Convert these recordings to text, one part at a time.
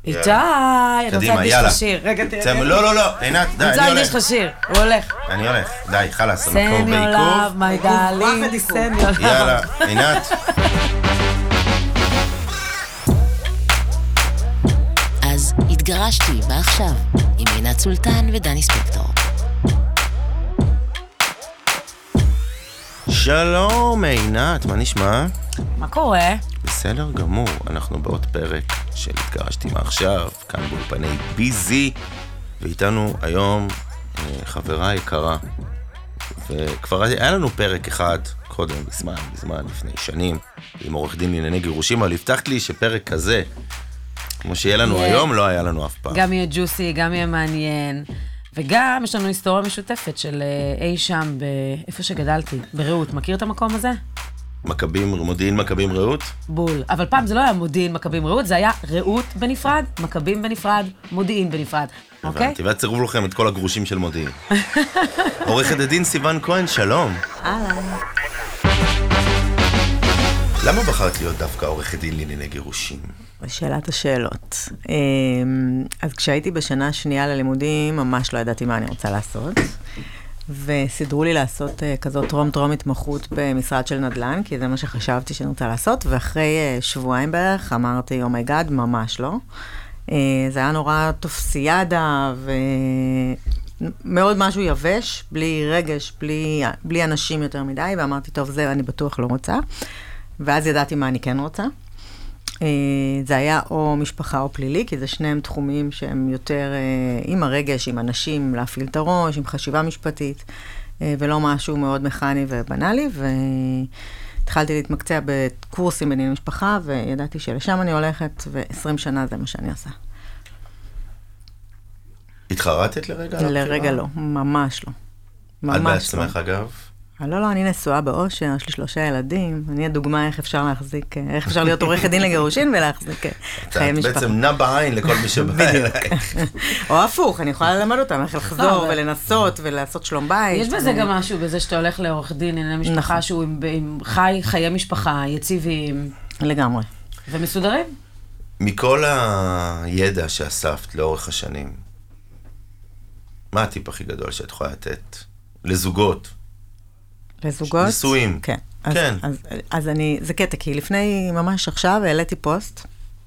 איתי, אני רוצה להגיש לך שיר. רגע, תראה. לא, עינת, די, אני הולך. אני רוצה להגיש לך שיר, הוא הולך. אני הולך, די, חלאס, המקור Send your בעיכוב. love, my darling, send your love. יאללה, עינת. אז התגרשתי, מה עכשיו? עם עינת סולטן ודני ספקטור. שלום, עינת, מה נשמע? מה קורה? בסדר גמור, אנחנו בעוד פרק של התגרשתי מעכשיו, כאן באולפני ביזי, ואיתנו היום חברה יקרה, וכבר היה לנו פרק אחד קודם, בזמן, לפני שנים, עם עורך דין לענייני גירושים, אבל הבטחת לי שפרק כזה, כמו שיהיה לנו היום, לא היה לנו אף פעם. גם יהיה ג'וסי, גם יהיה מעניין, וגם יש לנו היסטוריה משותפת של אי שם, איפה שגדלתי, ברעות. מכיר את המקום הזה? מודיעין מכבים רעות? בול. אבל פעם זה לא היה מודיעין מכבים רעות, זה היה רעות בנפרד, מכבים בנפרד, מודיעין בנפרד. אוקיי? הבנתי, ואת צירוב לכם את כל הגרושים של מודיעין. עורכת הדין סיוון כהן, שלום. אהלן. למה בחרת להיות דווקא עורכת דין לענייני גירושים? שאלת השאלות. אז כשהייתי בשנה השנייה ללימודים, ממש לא ידעתי מה אני רוצה לעשות. וסידרו לי לעשות כזאת טרום התמחות במשרד של נדל"ן, כי זה מה שחשבתי שאני רוצה לעשות, ואחרי שבועיים בערך אמרתי, אומייגאד, ממש לא. זה היה נורא תופסיאדה, ומאוד משהו יבש, בלי רגש, בלי אנשים יותר מדי, ואמרתי, טוב, זה אני בטוח לא רוצה. ואז ידעתי מה אני כן רוצה. זה היה או משפחה או פלילי, כי זה שניהם תחומים שהם יותר עם הרגש, עם אנשים, להפעיל את הראש, עם חשיבה משפטית, ולא משהו מאוד מכני ובנאלי, והתחלתי להתמקצע בקורסים בענייני משפחה, וידעתי שלשם אני הולכת, ו20 שנה זה מה שאני עושה. התחרטת לרגע? לרגע לא, ממש לא. את בעצמך אגב? לא, אני נשואה באושר, יש לי 3 ילדים, אני הדוגמה איך אפשר להחזיק, איך אפשר להיות עורכת דין לגירושין ולהחזיק חיי משפחה. את בעצם נע בעין לכל מי שבא אלייך. או הפוך, אני יכולה ללמד אותם איך לחזור ולנסות ולעשות שלום בית. יש בזה גם משהו, בזה שאתה הולך לעורך דין לענייני משפחה, שהוא עם חיי משפחה, יציבים. לגמרי. ומסודרים. מכל הידע שאספת לאורך השנים, מה הטיפ הכי גדול שאת יכולה לתת לזוגות? לזוגות? נישואים. כן. כן. אז זה קטע, כי לפני ממש עכשיו העליתי פוסט,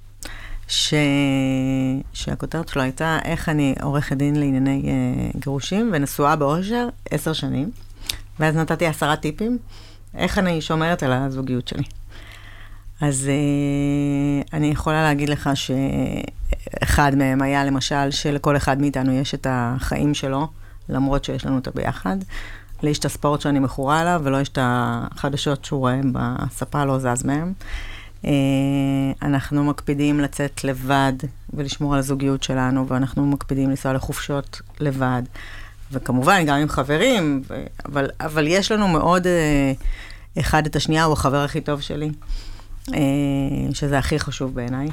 שהכותרת שלו הייתה, איך אני עורכת דין לענייני גירושים, ונשואה באושר 10 שנים, ואז נתתי 10 טיפים, איך אני שומרת על הזוגיות שלי. אז אני יכולה להגיד לך שאחד מהם היה למשל, שלכל אחד מאיתנו יש את החיים שלו, למרות שיש לנו אותה ביחד, לי יש את הספורט שאני מכורה עליו, ולא יש את החדשות שהוא רואה בספה, לא זז מהם. אנחנו מקפידים לצאת לבד, ולשמור על הזוגיות שלנו, ואנחנו מקפידים לנסוע לחופשות לבד. וכמובן, גם עם חברים, אבל יש לנו מאוד אחד את השנייה, הוא החבר הכי טוב שלי, שזה הכי חשוב בעיניי.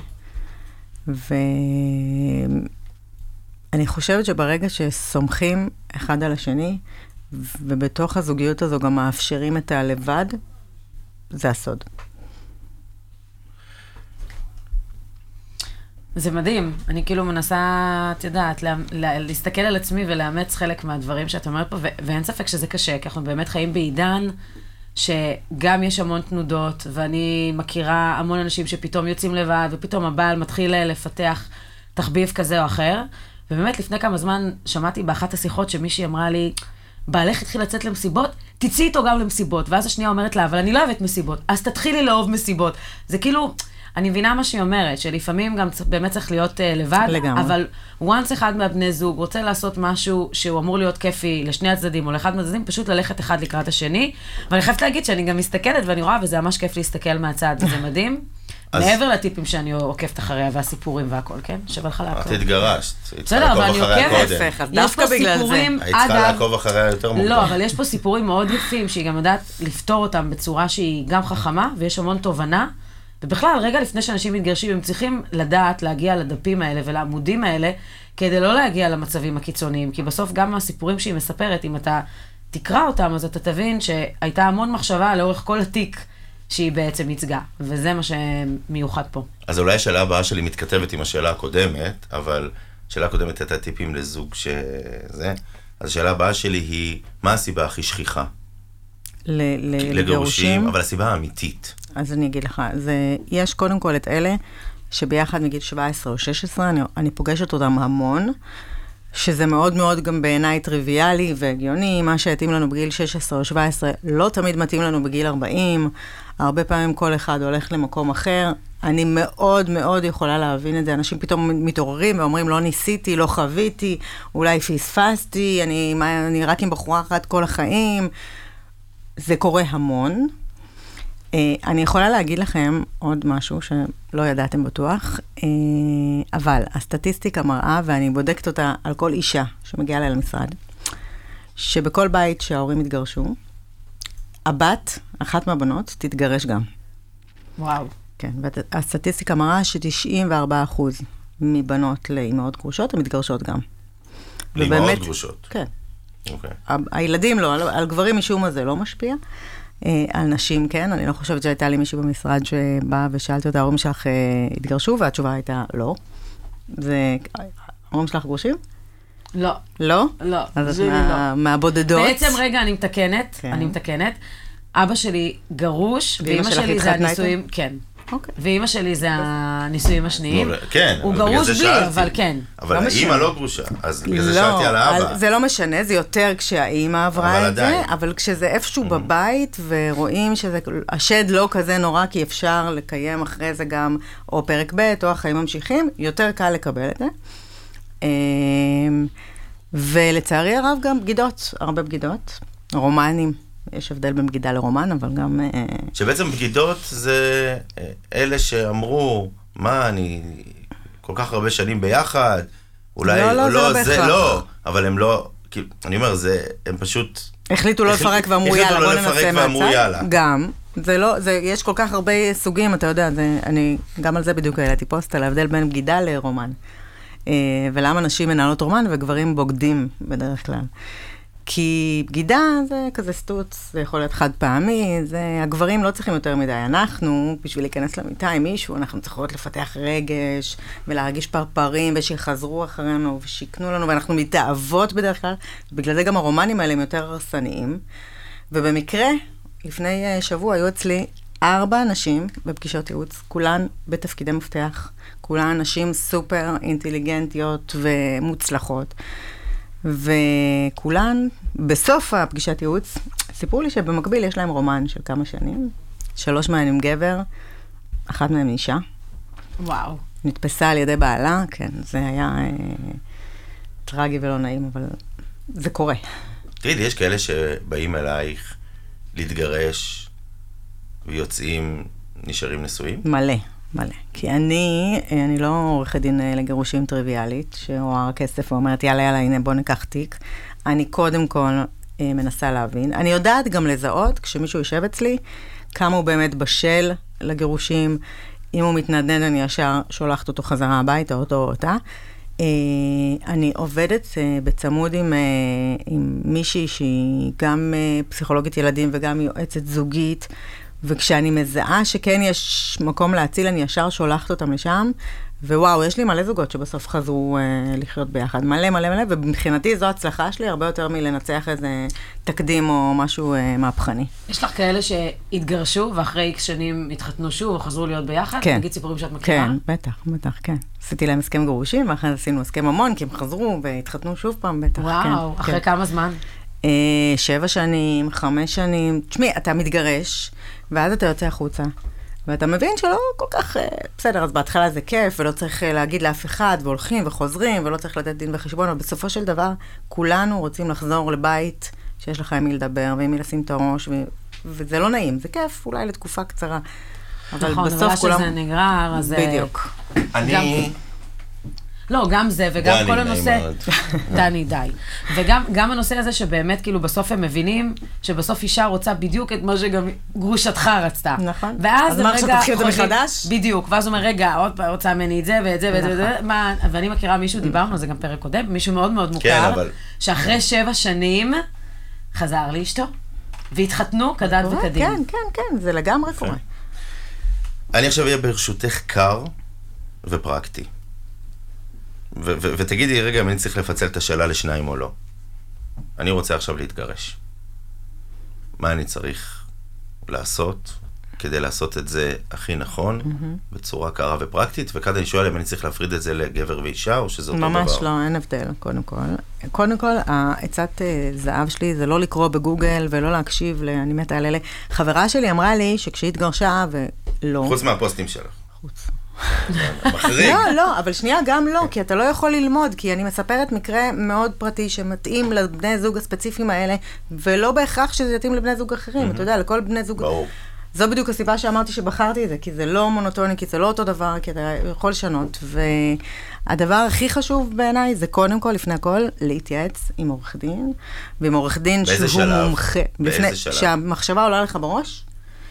ואני חושבת שברגע שסומכים אחד על השני, ובתוך הזוגיות הזו גם מאפשרים את הלבד, זה הסוד. זה מדהים. אני כאילו מנסה, את יודעת, להסתכל על עצמי ולאמץ חלק מהדברים שאת אומרת פה, ואין ספק שזה קשה, כי אנחנו באמת חיים בעידן שגם יש המון תנודות, ואני מכירה המון אנשים שפתאום יוצאים לבד, ופתאום הבעל מתחיל לפתח תחביב כזה או אחר, ובאמת לפני כמה זמן שמעתי באחת השיחות שמישהי אמרה לי, בעלך התחיל לצאת למסיבות, תצאי איתו גם למסיבות. ואז השנייה אומרת לה, אבל אני לא אוהבת מסיבות, אז תתחילי לאהוב מסיבות. זה כאילו, אני מבינה מה שהיא אומרת, שלפעמים גם באמת צריך להיות לבד, לגמרי. אבל once אחד מהבני זוג רוצה לעשות משהו שהוא אמור להיות כיפי לשני הצדדים או לאחד מהצדדים, פשוט ללכת אחד לקראת השני. ואני חייבת להגיד שאני גם מסתכלת ואני רואה, וזה ממש כיף להסתכל מהצד, וזה מדהים. מעבר לטיפים שאני עוקבת אחריה, והסיפורים והכל, כן? שווה לך לעקוב. את התגרשת. בסדר, אבל אני עוקבת. אז דווקא בגלל זה. היית צריכה לעקוב אחריה יותר מוקדם. לא, אבל יש פה סיפורים מאוד יפים, שהיא גם יודעת לפתור אותם בצורה שהיא גם חכמה, ויש המון תובנה, ובכלל, רגע לפני שאנשים מתגרשים, הם צריכים לדעת להגיע לדפים האלה ולעמודים האלה, כדי לא להגיע למצבים הקיצוניים, כי בסוף גם הסיפורים שהיא מספרת, אם אתה תקרא אותם, אז אתה תבין שהייתה המון מחשבה לאורך כל התיק, שהיא בעצם ייצגה, וזה מה שמיוחד פה. אז אולי השאלה הבאה שלי מתכתבת עם השאלה הקודמת, אבל השאלה הקודמת הייתה טיפים לזוג שזה. אז השאלה הבאה שלי היא, מה הסיבה הכי שכיחה? לגירושים, אבל הסיבה האמיתית. אז אני אגיד לך, יש קודם כל את אלה שביחד מגיל 17 או 16, אני פוגשת אותם המון, שזה מאוד מאוד גם בעיניי טריוויאלי והגיוני, מה שהתאים לנו בגיל 16 או 17 לא תמיד מתאים לנו בגיל 40, הרבה פעמים כל אחד הולך למקום אחר, אני מאוד מאוד יכולה להבין את זה, אנשים פתאום מתעוררים ואומרים לא ניסיתי, לא חוויתי, אולי פספסתי, אני רק עם בחורה אחת כל החיים, זה קורה המון. אני יכולה להגיד לכם עוד משהו שלא ידעתם בטוח, אבל הסטטיסטיקה מראה, ואני בודקת אותה על כל אישה שמגיעה אליי למשרד, שבכל בית שההורים התגרשו, הבת, אחת מהבנות, תתגרש גם. וואו. כן, והסטטיסטיקה מראה ש94% מבנות לאמהות גרושות, הן מתגרשות גם. לאמהות גרושות? כן. אוקיי. הילדים לא, על גברים משום מה זה לא משפיע. על נשים, כן, אני לא חושבת שהייתה לי מישהו במשרד שבא ושאלתי אותה, ההורים שלך התגרשו, והתשובה הייתה לא. זה, ההורים שלך גרושים? לא. לא? לא. אז את מהבודדות. בעצם רגע, אני מתקנת. אבא שלי גרוש, ואמא שלי זה הנישואים, כן. ואמא שלי זה הנישואים השניים. כן. הוא גרוש בי, אבל כן. אבל האמא לא גרושה, אז בגלל זה שאלתי על האבא. זה לא משנה, זה יותר כשהאמא עברה את זה, אבל כשזה איפשהו בבית, ורואים שהשד לא כזה נורא, כי אפשר לקיים אחרי זה גם, או פרק ב' או החיים ממשיכים, יותר קל לקבל את זה. ולצערי הרב גם בגידות, הרבה בגידות, רומנים. יש הבדל בין בגידה לרומן, אבל גם... שבעצם בגידות זה אלה שאמרו, מה, אני כל כך הרבה שנים ביחד, אולי לא, זה לא, אבל הם לא, כאילו, אני אומר, הם פשוט... החליטו לא לפרק ואמרו יאללה, בוא ננסה מהצד. גם, יש כל כך הרבה סוגים, אתה יודע, גם על זה בדיוק העליתי פוסט, על ההבדל בין בגידה לרומן. ולמה נשים מנהלות רומן וגברים בוגדים בדרך כלל. כי בגידה זה כזה סטוץ, זה יכול להיות חד פעמי, הגברים לא צריכים יותר מדי. אנחנו, בשביל להיכנס למיטה עם מישהו, אנחנו צריכות לפתח רגש, ולהרגיש פרפרים, ושיחזרו אחרינו, ושיכנו לנו, ואנחנו מתאהבות בדרך כלל. בגלל זה גם הרומנים האלה הם יותר הרסניים. ובמקרה, לפני שבוע היו אצלי 4 נשים בפגישות ייעוץ, כולן בתפקידי מפתח, כולן נשים סופר אינטליגנטיות ומוצלחות. וכולן, בסוף הפגישת ייעוץ, סיפרו לי שבמקביל יש להם רומן של כמה שנים, 3 מהן עם גבר, 1 מהן אישה. וואו. נתפסה על ידי בעלה, כן, זה היה טרגי ולא נעים, אבל זה קורה. תראי, יש כאלה שבאים אלייך להתגרש ויוצאים, נשארים נשואים? מלא. כי אני לא עורכת דין לגירושים טריוויאלית, שרואה כסף ואומרת, יאללה, הנה, בוא ניקח תיק. אני קודם כל מנסה להבין. אני יודעת גם לזהות, כשמישהו יושב אצלי, כמה הוא באמת בשל לגירושים. אם הוא מתנדנד, אני ישר שולחת אותו חזרה הביתה, אותו או אותה. אני עובדת בצמוד עם מישהי שהיא גם פסיכולוגית ילדים וגם יועצת זוגית, וכשאני מזהה שכן יש מקום להציל, אני ישר שולחת אותם לשם, ווואו, יש לי מלא זוגות שבסוף חזרו לחיות ביחד. מלא, ובמבחינתי זו הצלחה שלי, הרבה יותר מלנצח איזה תקדים או משהו מהפכני. יש לך כאלה שהתגרשו, ואחרי איקס שנים התחתנו שוב, וחזרו להיות ביחד? כן. תגיד סיפורים שאת מכירה? כן, בטח, כן. עשיתי להם הסכם גירושים, ואחרי עשינו הסכם המון, כי הם חזרו והתחתנו שוב פעם, בטח. וואו, אחרי כמה זמן? 7 שנים, 5 שנים. תשמעי, אתה מתגרש, ואז אתה יוצא החוצה, ואתה מבין שלא כל כך בסדר, אז בהתחלה זה כיף, ולא צריך להגיד לאף אחד, והולכים וחוזרים, ולא צריך לתת דין וחשבון, אבל בסופו של דבר, כולנו רוצים לחזור לבית שיש לך עם מי לדבר, ועם מי לשים את הראש, וזה לא נעים, זה כיף, אולי לתקופה קצרה. אבל בסוף כולם... שזה נגרר, אז... בדיוק. לא, גם זה, וגם כל הנושא... דני, די. וגם הנושא הזה שבאמת, כאילו, בסוף הם מבינים, שבסוף אישה רוצה בדיוק את מה שגם גרושתך רצתה. נכון. ואז אז מה עכשיו תתחיל את זה מחדש? בדיוק. ואז הוא אומר, רגע, עוד פעם רוצה ממני את זה ואת זה ואת זה, ואני מכירה מישהו, דיברנו, זה גם פרק קודם, מישהו מאוד מאוד מוכר, שאחרי 7 שנים חזר לאשתו, והתחתנו כדת וכדין. כן, זה לגמרי קורה. אני עכשיו אהיה ברשותך קר ופרקטי. ותגידי, רגע, אם אני צריך לפצל את השאלה לשניים או לא. אני רוצה עכשיו להתגרש. מה אני צריך לעשות כדי לעשות את זה הכי נכון, בצורה קרה ופרקטית? וכאן אני שואל אם אני צריך להפריד את זה לגבר ואישה, או שזה אותו דבר? ממש לא, אין הבדל, קודם כל. קודם כל, העצת זהב שלי זה לא לקרוא בגוגל ולא להקשיב, אני מתה על אלה. חברה שלי אמרה לי שכשהיא התגרשה ולא... חוץ מהפוסטים שלך. חוץ. מחריג. לא, אבל שנייה גם לא, כי אתה לא יכול ללמוד, כי אני מספרת מקרה מאוד פרטי שמתאים לבני זוג הספציפיים האלה, ולא בהכרח שזה יתאים לבני זוג אחרים. אתה יודע, לכל בני זוג... ברור. זו בדיוק הסיבה שאמרתי שבחרתי את זה, כי זה לא מונוטוני, כי זה לא אותו דבר, כי אתה יכול לשנות. והדבר הכי חשוב בעיניי זה קודם כל, לפני הכל, להתייעץ עם עורך דין, ועם עורך דין שהוא מומחה. באיזה שלב? שהמחשבה עולה לך בראש,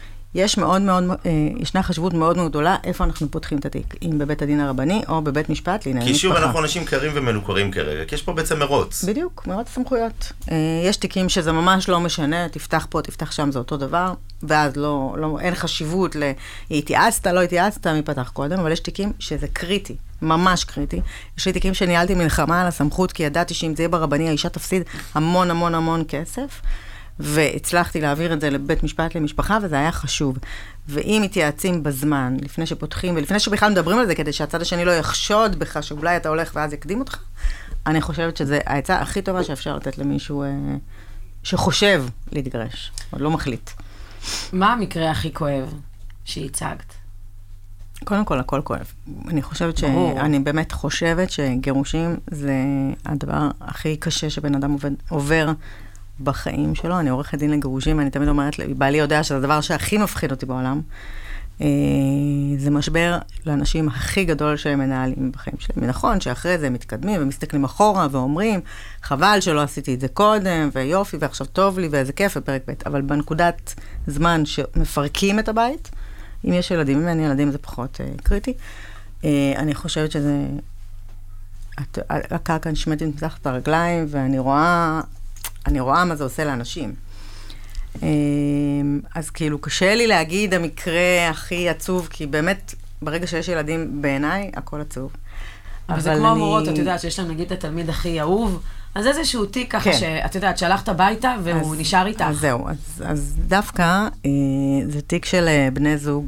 ישנה חשיבות מאוד מאוד גדולה איפה אנחנו פותחים את התיק, אם בבית הדין הרבני או בבית משפט לענייני משפחה. כי שוב אנחנו אנשים קרים ומנוכרים כרגע, כי יש פה בעצם מרוץ. בדיוק, מרוץ סמכויות. יש תיקים שזה ממש לא משנה, תפתח פה, תפתח שם, זה אותו דבר, ואז אין חשיבות התייעצת, לא התייעצת, מי פתח קודם, אבל יש תיקים שזה קריטי, ממש קריטי. יש לי תיקים שניהלתי מלחמה על הסמכות, כי ידעתי שאם זה יהיה ברבני, האישה תפסיד המון המון המון כסף. והצלחתי להעביר את זה לבית משפט למשפחה, וזה היה חשוב. ואם מתייעצים בזמן, לפני שפותחים, ולפני שבכלל מדברים על זה, כדי שהצד השני לא יחשוד בך, שאולי אתה הולך ואז יקדים אותך, אני חושבת שזה העצה הכי טובה שאפשר לתת למישהו שחושב להתגרש, עוד לא מחליט. מה המקרה הכי כואב שהצגת? קודם כל, הכל כואב. אני חושבת אני באמת חושבת שגירושים זה הדבר הכי קשה שבן אדם עובר בחיים שלו. אני עורכת דין לגירושים, אני תמיד אומרת, בעלי יודע שזה הדבר שהכי מפחיד אותי בעולם. זה משבר לאנשים הכי גדול שהם מנהלים בחיים שלהם. נכון שאחרי זה הם מתקדמים ומסתכלים אחורה ואומרים, חבל שלא עשיתי את זה קודם, ויופי, ועכשיו טוב לי, ואיזה כיף, בפרק ב'. אבל בנקודת זמן שמפרקים את הבית, אם יש ילדים, אם אין ילדים זה פחות קריטי. אני חושבת שזה... הקרקע נשמטת מתחת את הרגליים, ואני רואה מה זה עושה לאנשים. אז כאילו, קשה לי להגיד המקרה הכי עצוב, כי באמת, ברגע שיש ילדים בעיניי, הכל עצוב. אבל זה כמו המורות, את יודעת, שיש להם נגיד את התלמיד הכי אהוב, אז איזשהו תיק ככה שאת יודעת, שהלכת הביתה והוא נשאר איתך. אז זהו, אז דווקא זה תיק של בני זוג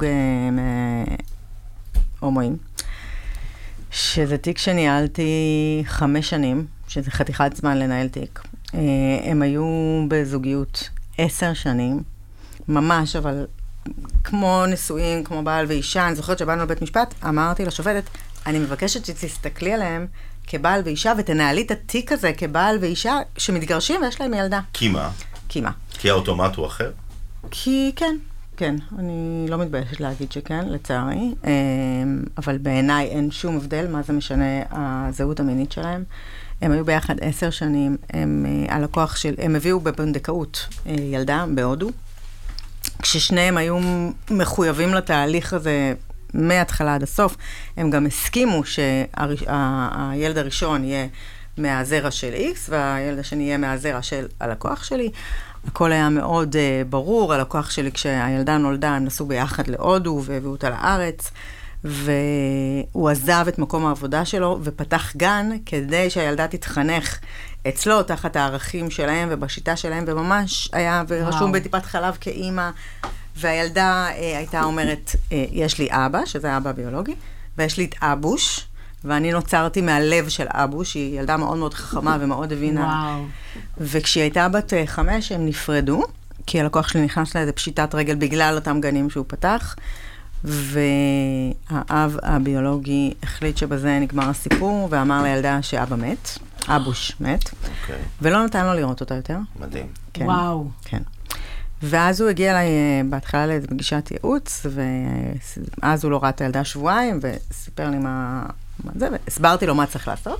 הומואים, שזה תיק שניהלתי 5 שנים, שזה חתיכת זמן לנהל תיק. הם היו בזוגיות 10 שנים, ממש, אבל כמו נשואים, כמו בעל ואישה, אני זוכרת שבאנו לבית משפט, אמרתי לשופטת, אני מבקשת שתסתכלי עליהם כבעל ואישה, ותנהלי את התיק הזה כבעל ואישה שמתגרשים ויש להם ילדה. כי מה? כי מה? כי האוטומט הוא אחר? כי כן, אני לא מתביישת להגיד שכן, לצערי, אבל בעיניי אין שום הבדל מה זה משנה הזהות המינית שלהם. הם היו ביחד 10 שנים, הם הביאו בפונדקאות ילדה בהודו, כששניהם היו מחויבים לתהליך הזה מההתחלה עד הסוף, הם גם הסכימו שהילד הראשון יהיה מהזרע של X, והילד השני יהיה מהזרע של הלקוח שלי. הכל היה מאוד ברור, הלקוח שלי כשהילדה נולדה, הם נסעו ביחד להודו והביאו אותה לארץ, והוא עזב את מקום העבודה שלו ופתח גן כדי שהילדה תתחנך אצלו תחת הערכים שלהם ובשיטה שלהם, וממש היה ורשום בטיפת חלב כאימא, והילדה הייתה אומרת, יש לי אבא, שזה אבא ביולוגי, ויש לי את אבוש, ואני נוצרתי מהלב של אבוש, שהיא ילדה מאוד מאוד חכמה ומאוד הבינה. וכשהיא הייתה בת 5, הם נפרדו, כי הלקוח שלי נכנס לאיזה פשיטת רגל בגלל אותם גנים שהוא פתח, והאב הביולוגי החליט שבזה נגמר הסיפור, ואמר לילדה שאבא מת, אבוש מת, ולא נתן לו לראות אותה יותר. מדהים. וואו. כן. ואז הוא הגיע אליי בהתחלה לאיזו פגישת ייעוץ, ואז הוא לא ראה את הילדה שבועיים, וסיפר לי מה זה, והסברתי לו מה צריך לעשות,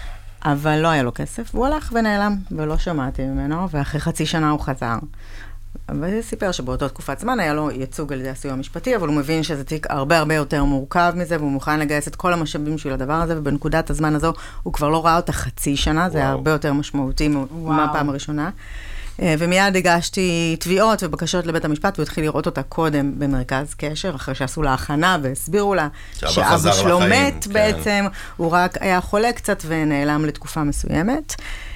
אבל לא היה לו כסף, והוא הלך ונעלם, ולא שמעתי ממנו, ואחרי 0.5 שנה הוא חזר. וסיפר שבאותו תקופת זמן היה לו ייצוג על ידי הסיוע המשפטי, אבל הוא מבין שזה תיק הרבה הרבה יותר מורכב מזה, והוא מוכן לגייס את כל המשאבים של הדבר הזה, ובנקודת הזמן הזו הוא כבר לא ראה אותה חצי שנה, זה היה הרבה יותר משמעותי מהפעם הראשונה. ומיד הגשתי תביעות ובקשות לבית המשפט, והוא התחיל לראות אותה קודם במרכז קשר, אחרי שעשו לה הכנה והסבירו לה שאבא שלו מת בעצם, הוא רק היה חולה קצת ונעלם לתקופה מסוימת.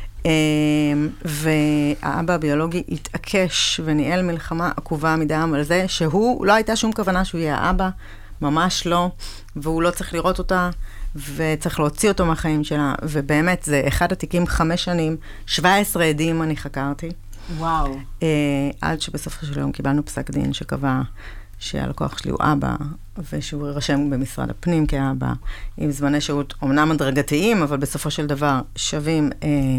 והאבא הביולוגי התעקש וניהל מלחמה עקובה מדם על זה שהוא, לא הייתה שום כוונה שהוא יהיה האבא, ממש לא, והוא לא צריך לראות אותה, וצריך להוציא אותו מהחיים שלה, ובאמת זה אחד התיקים 5 שנים, 17 עדים אני חקרתי. וואו. עד שבסופו של יום קיבלנו פסק דין שקבע שהלקוח שלי הוא אבא, ושהוא יירשם במשרד הפנים כאבא, עם זמני שהות אומנם הדרגתיים, אבל בסופו של דבר שווים,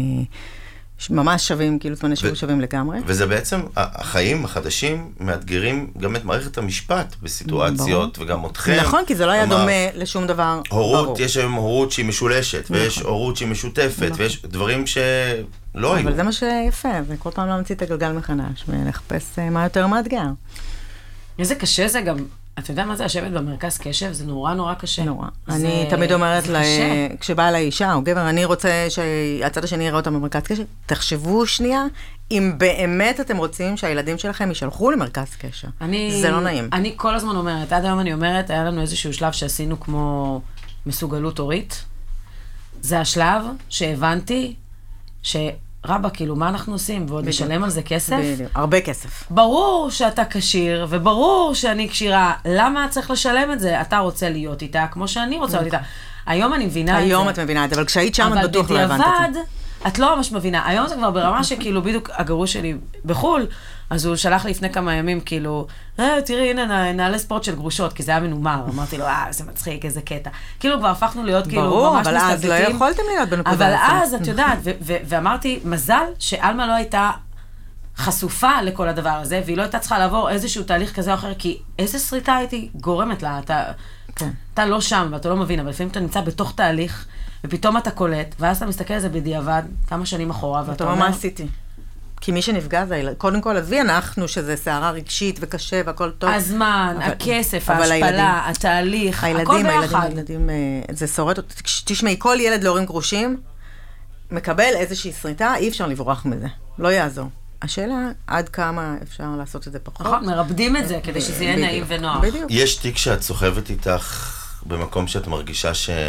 ממש שווים, כאילו זמני שהות שווים לגמרי. וזה בעצם, החיים החדשים מאתגרים גם את מערכת המשפט בסיטואציות, וגם אתכם. נכון, כי זה לא היה דומה לשום דבר הורות, יש היום הורות שהיא משולשת, ויש הורות שהיא משותפת, ויש דברים שלא היו. אבל זה מה שיפה, וכל פעם להמציא את הגלגל מחדש, ולחפש מה יותר מאתגר. איזה קשה זה גם, אתה יודע מה זה לשבת במרכז קשב? זה נורא נורא קשה. נורא. אני תמיד אומרת, כשבאה לה אישה או גבר, אני רוצה שהצד השני יראה אותם במרכז קשב, תחשבו שנייה, אם באמת אתם רוצים שהילדים שלכם יישלחו למרכז קשב. זה לא נעים. אני כל הזמן אומרת, עד היום אני אומרת, היה לנו איזשהו שלב שעשינו כמו מסוגלות הורית. זה השלב שהבנתי רבא, כאילו, מה אנחנו עושים? ועוד נשלם על זה כסף? בדיוק, הרבה כסף. ברור שאתה קשיר, וברור שאני קשירה. למה צריך לשלם את זה? אתה רוצה להיות איתה, כמו שאני רוצה להיות איתה. היום אני מבינה את זה. היום את מבינה את זה, אבל כשהיית שם את בטוח לא הבנת את זה. אבל בדיעבד, את לא ממש מבינה. היום זה כבר ברמה שכאילו, בדיוק הגרוש שלי בחול, אז הוא שלח לי לפני כמה ימים, כאילו, תראי, הנה, נעלי ספורט של גרושות, כי זה היה מנומר. אמרתי לו, זה מצחיק, איזה קטע. כאילו, כבר הפכנו להיות, כאילו, ברור, אבל אז לא יכולתם להיות בנקודה. אבל אז, את יודעת, ואמרתי, מזל שאלמה לא הייתה חשופה לכל הדבר הזה, והיא לא הייתה צריכה לעבור איזשהו תהליך כזה או אחר, כי איזה שריטה הייתי גורמת לה, אתה לא שם, ואתה לא מבין, אבל לפעמים אתה נמצא בתוך תהליך, ופתאום אתה קולט, ואז אתה מסתכל על זה בדיעבד, כמה שנים אחורה, ואתה אומר, מה עשיתי? כי מי שנפגע זה, קודם כל, עזבי אנחנו, שזה שערה רגשית וקשה והכל טוב. הזמן, הכסף, ההשפלה, התהליך, הכל ביחד. הילדים, זה שורד. תשמעי, כל ילד להורים גרושים, מקבל איזושהי שריטה, אי אפשר לברוח מזה. לא יעזור. השאלה, עד כמה אפשר לעשות את זה פחות. נכון, מרבדים את זה, כדי שזה יהיה נעים ונוח. בדיוק. יש תיק שאת סוחבת איתך במקום שאת מרגישה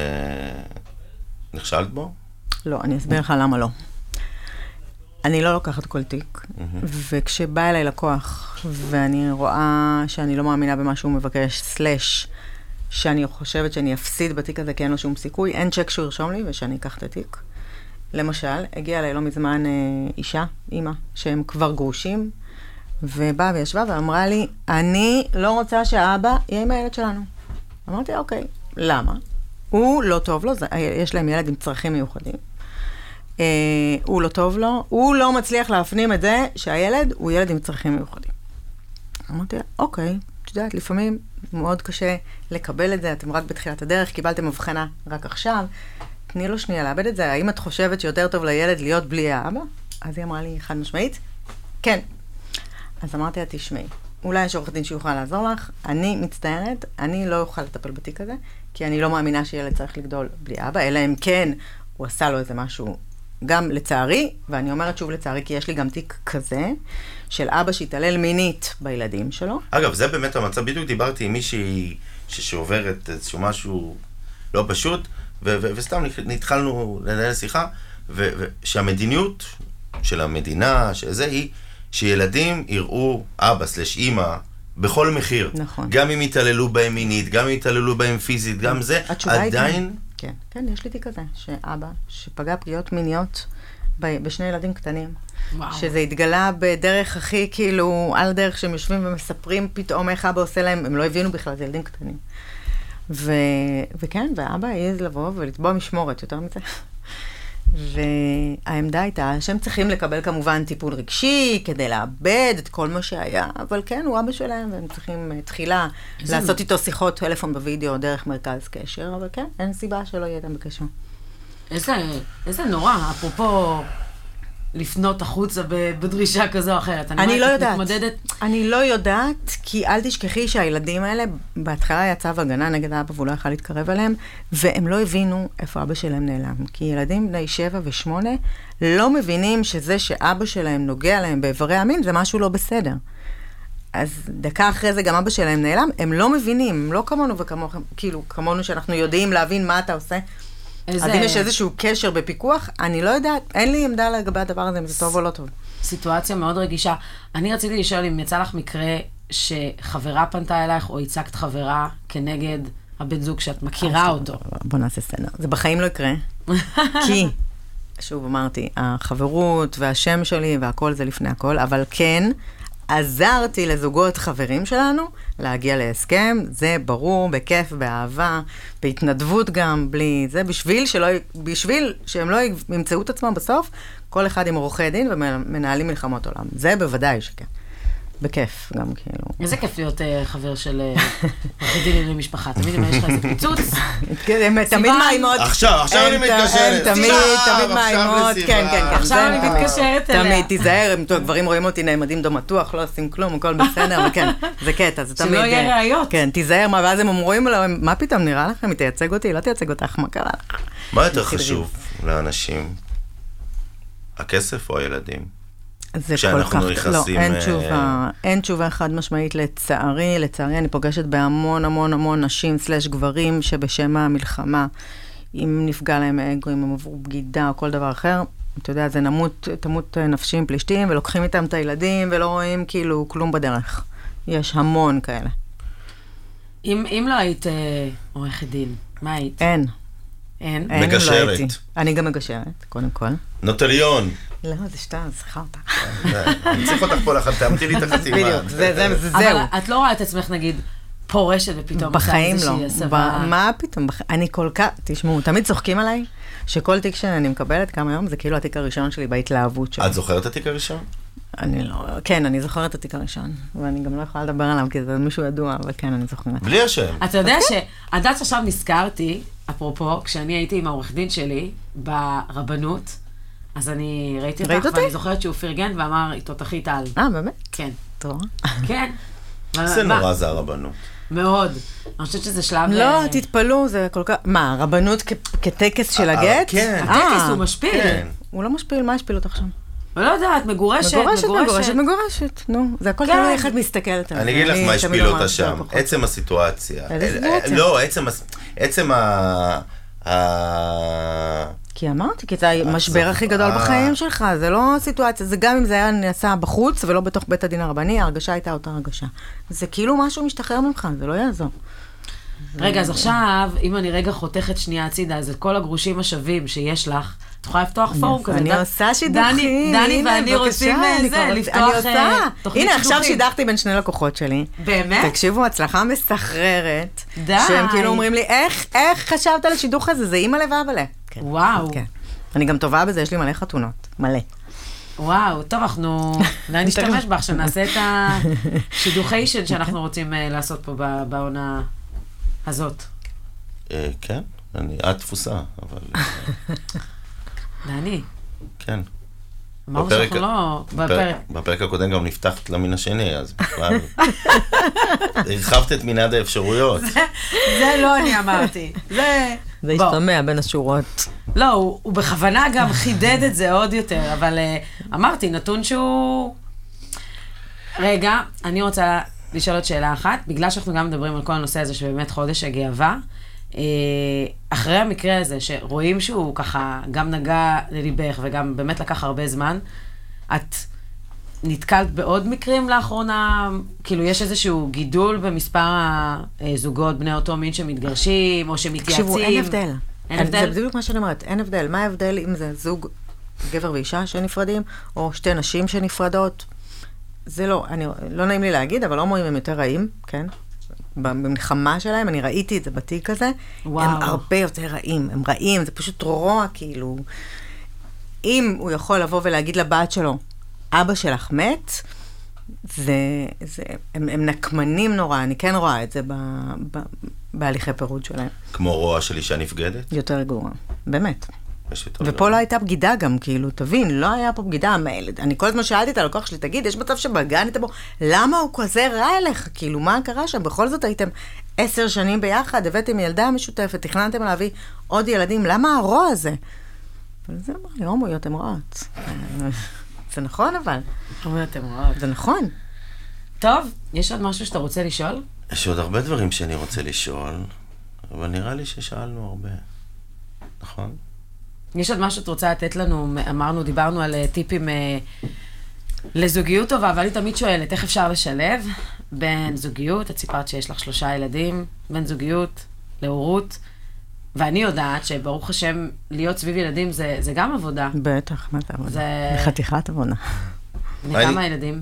שנכשלת בו? לא, אני אסביר לך למה לא. אני לא לוקחת כל תיק, וכשבא אליי לקוח, ואני רואה שאני לא מאמינה במה שהוא מבקש, סלש, שאני חושבת שאני אפסיד בתיק הזה, כי אין לו שום סיכוי, אין צ'ק שהוא ירשום לי, ושאני אקח את התיק. למשל, הגיעה אליי לא מזמן אישה, אמא, שהם כבר גרושים, ובאה וישבה ואמרה לי, אני לא רוצה שהאבא יהיה עם הילד שלנו. אמרתי, אוקיי, למה? הוא לא טוב לו, יש להם ילד עם צרכים מיוחדים. הוא לא טוב לו, הוא לא מצליח להפנים את זה שהילד הוא ילד עם צרכים מיוחדים. אמרתי, אוקיי, את יודעת, לפעמים מאוד קשה לקבל את זה, אתם רק בתחילת הדרך, קיבלתם הבחנה רק עכשיו, תני לו שנייה לאבד את זה, האם את חושבת שיותר טוב לילד להיות בלי האבא? אז היא אמרה לי חד משמעית, כן. אז אמרתי לה, תשמעי, אולי יש עורך דין שיוכל לעזור לך, אני מצטערת, אני לא אוכל לטפל בתיק הזה, כי אני לא מאמינה שילד צריך לגדול בלי אבא, אלא אם כן הוא עשה לו איזה משהו, גם לצערי, ואני אומרת שוב לצערי, כי יש לי גם תיק כזה, של אבא שהתעלל מינית בילדים שלו. אגב, זה באמת המצב, בדיוק דיברתי עם מישהי שעוברת איזשהו משהו לא פשוט, וסתם נתחלנו לנהל שיחה, שהמדיניות של המדינה, שזה היא, שילדים יראו אבא/אמא בכל מחיר. נכון. גם אם יתעללו בהם מינית, גם אם יתעללו בהם פיזית, גם זה עדיין... כן, כן, יש לי תיק כזה, שאבא שפגע פגיעות מיניות בשני ילדים קטנים. וואו. שזה התגלה בדרך הכי, כאילו, על הדרך שהם יושבים ומספרים פתאום איך אבא עושה להם, הם לא הבינו בכלל, זה ילדים קטנים. וכן, ואבא העז לבוא ולתבוע משמורת, יותר מזה. והעמדה הייתה שהם צריכים לקבל כמובן טיפול רגשי, כדי לאבד את כל מה שהיה, אבל כן, הוא אבא שלהם, והם צריכים תחילה לעשות איתו שיחות טלפון בווידאו דרך מרכז קשר, אבל כן, אין סיבה שלא יהיה איתם בקשר. איזה נורא, אפרופו לפנות החוצה בדרישה כזו או אחרת? אני לא יודעת. מתמודדת... אני לא יודעת, כי אל תשכחי שהילדים האלה, בהתחלה יצא הגנה נגד אבא, והוא לא יכל להתקרב אליהם, והם לא הבינו איפה אבא שלהם נעלם. כי ילדים בני 7 ו8 לא מבינים שזה שאבא שלהם נוגע להם באיברי המין, זה משהו לא בסדר. אז דקה אחרי זה גם אבא שלהם נעלם, הם לא מבינים, הם לא כמונו וכמוכם, כאילו, כמונו שאנחנו יודעים להבין מה אתה עושה. אז אם יש איזשהו קשר בפיקוח, אני לא יודעת, אין לי עמדה לגבי הדבר הזה, אם זה טוב או לא טוב. סיטואציה מאוד רגישה. אני רציתי לשאול אם יצא לך מקרה שחברה פנתה אלייך, או הצגת חברה כנגד הבן זוג שאת מכירה אותו. בוא נעשה סצנה. זה בחיים לא יקרה. כי, שוב אמרתי, החברות והשם שלי והכל זה לפני הכל, אבל כן, עזרתי לזוגות חברים שלנו להגיע להסכם, זה ברור, בכיף, באהבה, בהתנדבות גם, בלי זה, בשביל שהם לא ימצאו את עצמם בסוף, כל אחד עם עורכי דין ומנהלים מלחמות עולם. זה בוודאי שכן. בכיף, גם כאילו. איזה כיף להיות חבר של עורכי דין למשפחה. תמיד אם יש לך איזה פיצוץ. תמיד מאיימות. עכשיו אני מתקשרת. תמיד מאיימות. כן. עכשיו אני מתקשרת אליה. תמיד, תיזהר, אם גברים רואים אותי נעמדים דומתוח, לא עושים כלום, הכל בסדר, וכן, זה קטע, זה תמיד... שלא יהיה ראיות. כן, תיזהר, ואז הם אומרים לו, מה פתאום נראה לכם, היא תייצג אותי, לא תייצג אותך, מה קרה לך? מה יותר חשוב לאנשים? הכסף או הילדים? זה כל כך, לא, אין תשובה חד משמעית לצערי, אני פוגשת בהמון נשים / גברים שבשם המלחמה, אם נפגע להם אגו, אם הם עברו בגידה או כל דבר אחר, אתה יודע, זה תמות נפשים פלישתים, ולוקחים איתם את הילדים ולא רואים כאילו כלום בדרך. יש המון כאלה. אם לא היית עורכת דין, מה היית? אין. מגשרת. אני גם מגשרת, קודם כל. נוטריון. לא, זה שטר, צריכה אותה. אני צריך אותך פה תאמתי לי את החתימה. בדיוק, זהו. אבל את לא רואה את עצמך, נגיד, פורשת ופתאום... בחיים לא. מה פתאום? אני כל כך... תשמעו, תמיד צוחקים עליי, שכל תיק שאני מקבלת כמה יום, זה כאילו התיק הראשון שלי בהתלהבות שלי. את זוכרת את התיק הראשון? אני לא... כן, אני זוכרת את התיק הראשון, ואני גם לא יכולה לדבר עליו, כי זה מישהו ידוע, אבל כן, אני זוכרת. בלי השם. אתה יודע שעד עכשיו נזכרתי, אפרופו, כשאני הייתי עם העורך דין שלי ברבנות, אז אני ראיתי אותך, ואני זוכרת שהוא פרגן ואמר, תותחי טל. באמת? כן. טוב. כן. זה נורא זה הרבנות. מאוד. אני חושבת שזה שלב... לא, תתפלו, זה כל כך... מה, הרבנות כטקס של הגט? כן. הטקס הוא משפיל. הוא לא משפיל, מה השפיל אותך שם? לא יודעת, מגורשת. נו, זה הכל תלוי איך את מסתכלת. אני אגיד לך מה השפיל אותה שם. עצם הסיטואציה. לא, עצם כי אמרתי, כי זה המשבר הכי גדול בחיים שלך, זה לא סיטואציה, זה גם אם זה היה נעשה בחוץ ולא בתוך בית הדין הרבני, ההרגשה הייתה אותה הרגשה. זה כאילו משהו משתחרר ממך, זה לא יעזור. רגע, אז עכשיו, אם אני רגע חותכת שנייה הצידה, אז את כל הגרושים השווים שיש לך, את יכולה לפתוח פורום כזה. אני עושה שידוכים. דני ואני רוצים לפתוח תוכנית שידוכים. הנה, עכשיו שידכתי בין שני לקוחות שלי. באמת? תקשיבו, הצלחה מסחררת. די. שהם כאילו אומרים לי, איך חשבת על השידוך הזה? זה אימא לבבלה. וואו. אני גם טובה בזה, יש לי מלא חתונות. מלא. וואו, טוב, אנחנו אולי נשתמש בך, שנעשה את השידוכיישן שאנחנו רוצים לעשות פה בעונה הזאת. כן, את תפוסה, אבל... דני. כן. אמרנו שאנחנו לא... בפרק הקודם גם נפתחת למין השני, אז בכלל... הרחבת את מנעד האפשרויות. זה לא אני אמרתי. זה השתמע בין השורות. לא, הוא בכוונה גם חידד את זה עוד יותר, אבל אמרתי, נתון שהוא... רגע, אני רוצה לשאול עוד שאלה אחת, בגלל שאנחנו גם מדברים על כל הנושא הזה שבאמת חודש הגאווה, אחרי המקרה הזה, שרואים שהוא ככה גם נגע לליבך וגם באמת לקח הרבה זמן, את נתקלת בעוד מקרים לאחרונה? כאילו יש איזשהו גידול במספר הזוגות בני אותו מין שמתגרשים או שמתייעצים? תקשיבו, אין הבדל. אין הבדל? זה בדיוק מה שאני אומרת, אין הבדל. מה ההבדל אם זה זוג גבר ואישה שנפרדים, או שתי נשים שנפרדות? זה לא, לא נעים לי להגיד, אבל הומואים הם יותר רעים, כן? במלחמה שלהם, אני ראיתי את זה בתיק הזה, הם הרבה יותר רעים, הם רעים, זה פשוט רוע כאילו. אם הוא יכול לבוא ולהגיד לבת שלו, אבא שלך מת, הם נקמנים נורא, אני כן רואה את זה בהליכי פירוד שלהם. כמו רוע של אישה נפגדת? יותר גרוע, באמת. ופה לא הייתה בגידה גם, כאילו, תבין, לא היה פה בגידה. אני כל הזמן שאלתי את הלקוח שלי, תגיד, יש מצב שבגנית בו, למה הוא כזה רע אליך? כאילו, מה קרה שם? בכל זאת הייתם 10 שנים ביחד, הבאתם ילדה משותפת, תכננתם להביא עוד ילדים, למה הרוע הזה? אבל זה אמר לי, הומואיות הן רעות. זה נכון, אבל. הומואיות הן רעות. זה נכון. טוב, יש עוד משהו שאתה רוצה לשאול? יש עוד הרבה דברים שאני רוצה לשאול, אבל נראה לי ששאלנו הרבה. נכון? יש עוד משהו שאת רוצה לתת לנו, אמרנו, דיברנו על טיפים לזוגיות טובה, אבל אני תמיד שואלת, איך אפשר לשלב בין זוגיות, את סיפרת שיש לך 3 ילדים, בין זוגיות להורות, ואני יודעת שברוך השם, להיות סביב ילדים זה גם עבודה. בטח, מה זה עבודה? זה חתיכת עבודה. מכמה ילדים?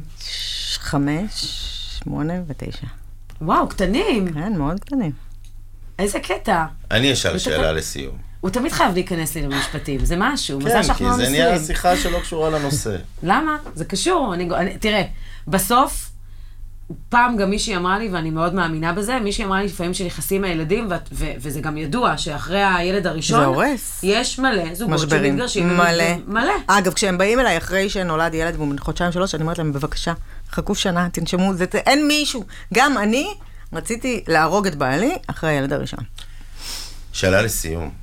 5, 8 ו9. וואו, קטנים. כן, מאוד קטנים. איזה קטע. אני אשאל שאלה לסיום. הוא תמיד חייב להיכנס לי למשפטים, זה משהו. כן, כי זה נהיה שיחה שלא קשורה לנושא. למה? זה קשור. תראה, בסוף, פעם גם מישהי אמרה לי, ואני מאוד מאמינה בזה, מישהי אמרה לי לפעמים שנכנסים הילדים, וזה גם ידוע שאחרי הילד הראשון, זה הורס. יש מלא זוגות שמתגרשים. מלא. אגב, כשהם באים אליי אחרי שנולד ילד, והוא חודשיים 3, אני אומרת להם, בבקשה, חכו שנה, תנשמו, אין מישהו. גם אני רציתי להרוג את בעלי אחרי הילד הראשון. שאלה לסיום.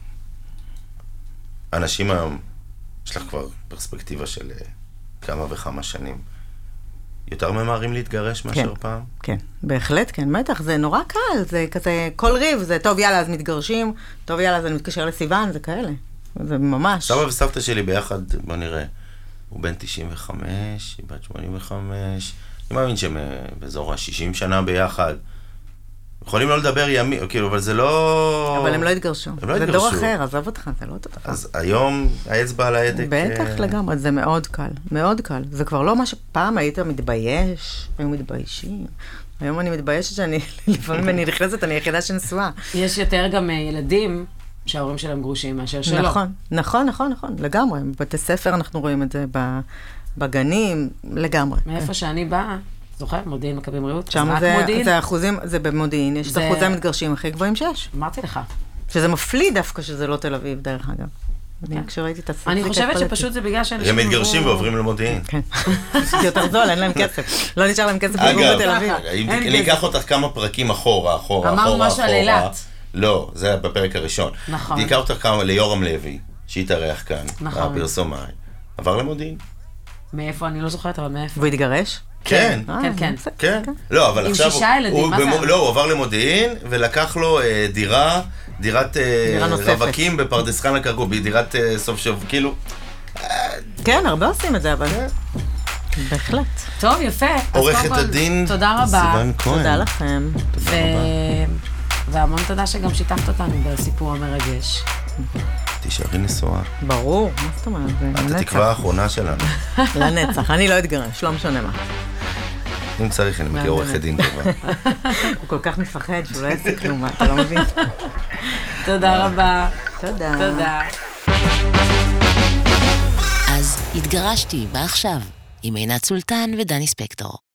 אנשים היום, יש לך כבר פרספקטיבה של כמה וכמה שנים. יותר ממהרים להתגרש מאשר פעם? כן, בהחלט כן, בטח, זה נורא קל, זה כזה, כל ריב, זה טוב יאללה אז מתגרשים, טוב יאללה אז אני מתקשר לסיוון, זה כאלה, זה ממש. סבא וסבתא שלי ביחד, בוא נראה, הוא בן 95, היא בת 85, אני מאמין שהם באזור ה-60 שנה ביחד, יכולים לא לדבר ימים, כאילו, אבל זה לא... אבל הם לא התגרשו. זה דור אחר, עזוב אותך, זה לא אותו דבר. אז היום האצבע על ההדק... בטח לגמרי, זה מאוד קל, מאוד קל. זה כבר לא מה שפעם היית מתבייש, היו מתביישים. היום אני מתביישת שאני, לפעמים אני נכנסת, אני היחידה שנשואה. יש יותר גם ילדים שההורים שלהם גרושים מאשר שלא. נכון, לגמרי. בבתי ספר אנחנו רואים את זה, בגנים, לגמרי. מאיפה שאני באה, זוכר, מודיעין מקבים בריאות. שם זה אחוזים, זה במודיעין, יש את אחוזי המתגרשים הכי גבוהים שיש. אמרתי לך. שזה מפליא דווקא שזה לא תל אביב, דרך אגב. כשראיתי את הסרט. אני חושבת שפשוט זה בגלל שאנשים... הם מתגרשים ועוברים למודיעין. כן. זה יותר זול, אין להם כסף. לא נשאר להם כסף לגור בתל אביב. אני אקח אותך כמה פרקים אחורה. אמרנו משהו על אילת. לא, זה בפרק הראשון. נכון. אני אקח אותך כמה ליורם לוי, שהתארח כאן, בפרסומאי. עבר למודיעין. מאיפה? אני לא זוכרת, אבל מאיפה? והוא התגרש? כן. כן. לא, אבל עכשיו... עם 6 ילדים, מה זה? לא, הוא עבר למודיעין, ולקח לו דירת רווקים בפרדס חנה כרכור, דירת סוף שבוע, כאילו... כן, הרבה עושים את זה, אבל... בהחלט. טוב, יפה. עורכת הדין תודה רבה. סיוון כהן. תודה לכם. והמון תודה שגם שיתפת אותנו בסיפור המרגש. תישארי נשואה. ברור, מה זאת אומרת? את התקווה האחרונה שלנו. לנצח, אני לא אתגרש, לא משנה מה. אם צריך, אני מכיר עורכת דין טובה. הוא כל כך מפחד שהוא לא יעשה כלום, אתה לא מבין. תודה רבה. תודה. אז התגרשתי, מה עכשיו? עם עינת סולטן ודני ספקטור.